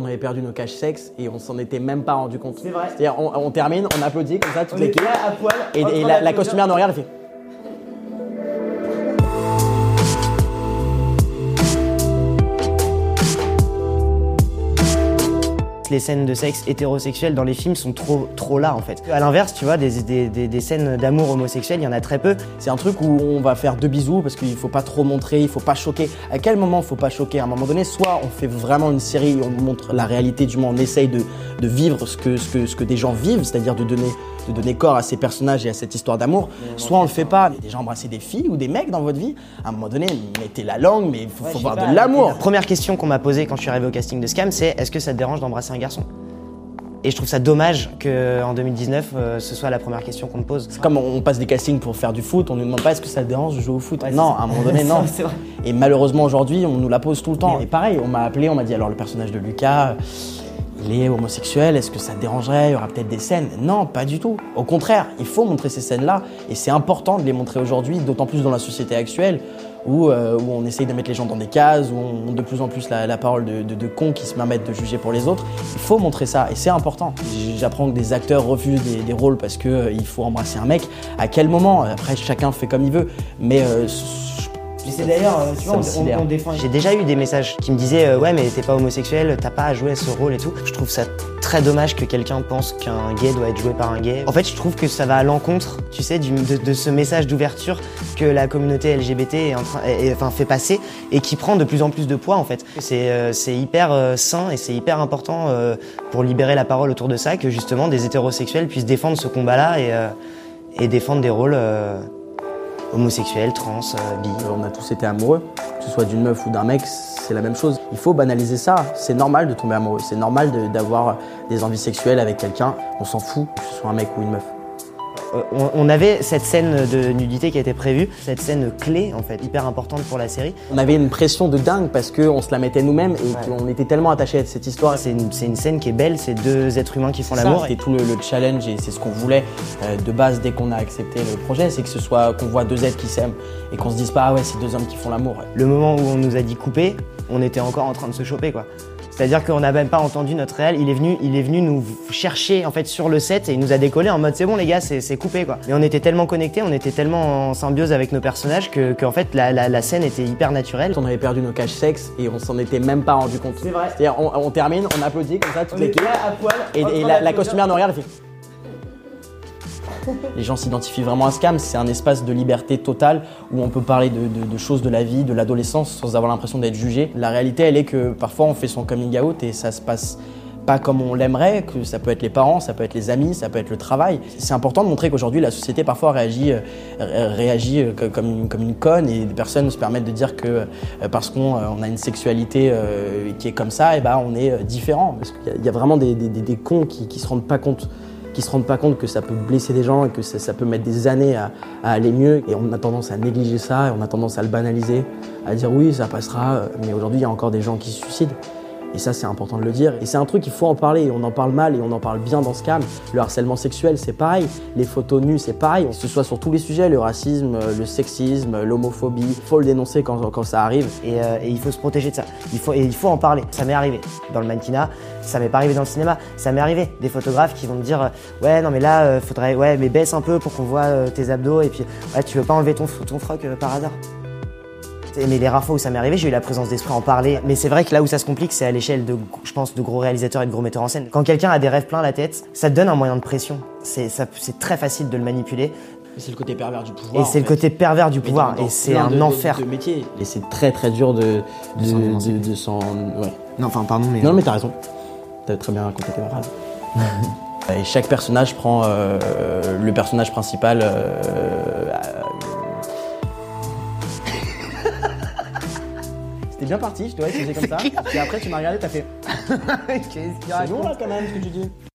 on avait perdu nos caches sexe et on s'en était même pas rendu compte. C'est vrai. C'est-à-dire, on termine, on applaudit comme ça, toute On l'équipe. était là à poil. Et la costumière nous regarde et fait. Les scènes de sexe hétérosexuel dans les films sont trop là en fait. À l'inverse, tu vois, des scènes d'amour homosexuel, il y en a très peu. C'est un truc où on va faire 2 bisous parce qu'il faut pas trop montrer, il faut pas choquer. À quel moment faut pas choquer? À un moment donné, soit on fait vraiment une série, on montre la réalité du monde, on essaye de vivre ce que des gens vivent, c'est-à-dire de donner corps à ces personnages et à cette histoire d'amour, soit on le fait pas. Déjà embrasser des filles ou des mecs dans votre vie, à un moment donné, mettez la langue, mais il faut voir de l'amour. La première question qu'on m'a posée quand je suis arrivé au casting de Scam, c'est est-ce que ça te dérange d'embrasser un garçon? Et je trouve ça dommage qu'en 2019, ce soit la première question qu'on me pose. C'est comme on passe des castings pour faire du foot, on nous demande pas est-ce que ça te dérange de jouer au foot. Ouais, non, à un moment donné, non. C'est vrai. Et malheureusement aujourd'hui, on nous la pose tout le temps. Et pareil, on m'a appelé, on m'a dit alors le personnage de Lucas, il est homosexuel, est-ce que ça te dérangerait? Il y aura peut-être des scènes. Non, pas du tout. Au contraire, il faut montrer ces scènes-là et c'est important de les montrer aujourd'hui, d'autant plus dans la société actuelle où on essaye de mettre les gens dans des cases, où on montre de plus en plus la parole de cons qui se permettent de juger pour les autres. Il faut montrer ça et c'est important. J'apprends que des acteurs refusent des rôles parce qu'il faut embrasser un mec. À quel moment? Après, chacun fait comme il veut. Mais c'est d'ailleurs, tu vois, on défend. J'ai déjà eu des messages qui me disaient ouais mais t'es pas homosexuel, t'as pas à jouer ce rôle et tout. Je trouve ça très dommage que quelqu'un pense qu'un gay doit être joué par un gay. En fait, je trouve que ça va à l'encontre, tu sais, de ce message d'ouverture que la communauté LGBT fait passer et qui prend de plus en plus de poids en fait. C'est hyper sain et c'est hyper important pour libérer la parole autour de ça que justement des hétérosexuels puissent défendre ce combat-là et défendre des rôles homosexuels, trans, bi. On a tous été amoureux, que ce soit d'une meuf ou d'un mec, c'est la même chose. Il faut banaliser ça, c'est normal de tomber amoureux, c'est normal d'avoir des envies sexuelles avec quelqu'un, on s'en fout que ce soit un mec ou une meuf. On avait cette scène de nudité qui était prévue, cette scène clé en fait, hyper importante pour la série. On avait une pression de dingue parce qu'on se la mettait nous-mêmes et qu'on était tellement attachés à cette histoire. C'est une scène qui est belle, c'est 2 êtres humains qui font l'amour. C'était tout le challenge et c'est ce qu'on voulait de base dès qu'on a accepté le projet, c'est que ce soit qu'on voit 2 êtres qui s'aiment et qu'on se dise pas ah ouais c'est 2 hommes qui font l'amour. Le moment où on nous a dit couper, on était encore en train de se choper quoi. C'est-à-dire qu'on n'a même pas entendu notre réal, il est venu nous chercher en fait sur le set et il nous a décollé en mode c'est bon les gars, c'est coupé quoi. Et on était tellement connectés, on était tellement en symbiose avec nos personnages que en fait la scène était hyper naturelle. On avait perdu nos caches sexe et on s'en était même pas rendu compte. C'est vrai. C'est-à-dire on termine, on applaudit comme ça toute l'équipe. À poil. Et la costumière nous regarde et fait. Les gens s'identifient vraiment à Scam, c'est un espace de liberté totale où on peut parler de choses de la vie, de l'adolescence sans avoir l'impression d'être jugé. La réalité elle est que parfois on fait son coming out et ça se passe pas comme on l'aimerait, que ça peut être les parents, ça peut être les amis, ça peut être le travail. C'est important de montrer qu'aujourd'hui la société parfois réagit comme une conne et des personnes se permettent de dire que parce qu'on a une sexualité qui est comme ça, et on est différent. Parce qu'il y a vraiment des cons qui se rendent pas compte que ça peut blesser des gens et que ça peut mettre des années à aller mieux. Et on a tendance à négliger ça, et on a tendance à le banaliser, à dire oui, ça passera. Mais aujourd'hui, il y a encore des gens qui se suicident. Et ça, c'est important de le dire. Et c'est un truc qu'il faut en parler. Et on en parle mal et on en parle bien dans Scam. Le harcèlement sexuel, c'est pareil. Les photos nues, c'est pareil. Que ce soit sur tous les sujets, le racisme, le sexisme, l'homophobie. Il faut le dénoncer quand ça arrive. Et il faut se protéger de ça. Il faut en parler. Ça m'est arrivé dans le mannequinat. Ça m'est pas arrivé dans le cinéma. Ça m'est arrivé. Des photographes qui vont me dire ouais, non mais là, faudrait, ouais, mais baisse un peu pour qu'on voit tes abdos. Et puis, ouais, tu veux pas enlever ton froc par hasard. Mais les rares fois où ça m'est arrivé, j'ai eu la présence d'esprit à en parler. Mais c'est vrai que là où ça se complique, c'est à l'échelle de, je pense, de gros réalisateurs et de gros metteurs en scène. Quand quelqu'un a des rêves plein la tête, ça te donne un moyen de pression. C'est très facile de le manipuler. C'est le côté pervers du pouvoir. Et c'est le côté pervers du pouvoir. Et c'est un enfer. De métier. Et c'est très très dur de s'en... Ouais. Non, enfin, pardon, mais... Non, mais t'as raison. T'as très bien raconté tes phrases. Et chaque personnage prend le personnage principal... C'était bien parti, je te vois, tu faisais comme ça. Et après, tu m'as regardé, t'as fait... C'est bon là quand même ce que tu dis.